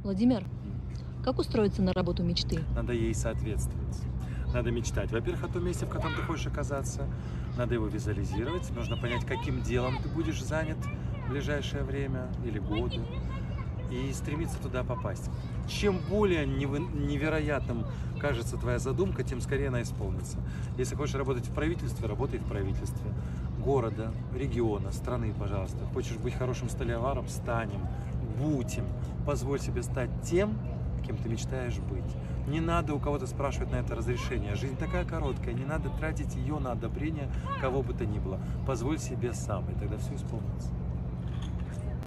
Владимир, как устроиться на работу мечты? Надо ей соответствовать. Надо мечтать, во-первых, о том месте, в котором ты хочешь оказаться. Надо его визуализировать. Нужно понять, каким делом ты будешь занят в ближайшее время или годы. И стремиться туда попасть. Чем более невероятным кажется твоя задумка, тем скорее она исполнится. Если хочешь работать в правительстве, работай в правительстве. Города, региона, страны, пожалуйста. Хочешь быть хорошим столяром, станем, будь им. Позволь себе стать тем, кем ты мечтаешь быть. Не надо у кого-то спрашивать на это разрешение. Жизнь такая короткая, не надо тратить ее на одобрение кого бы то ни было. Позволь себе сам, и тогда все исполнится.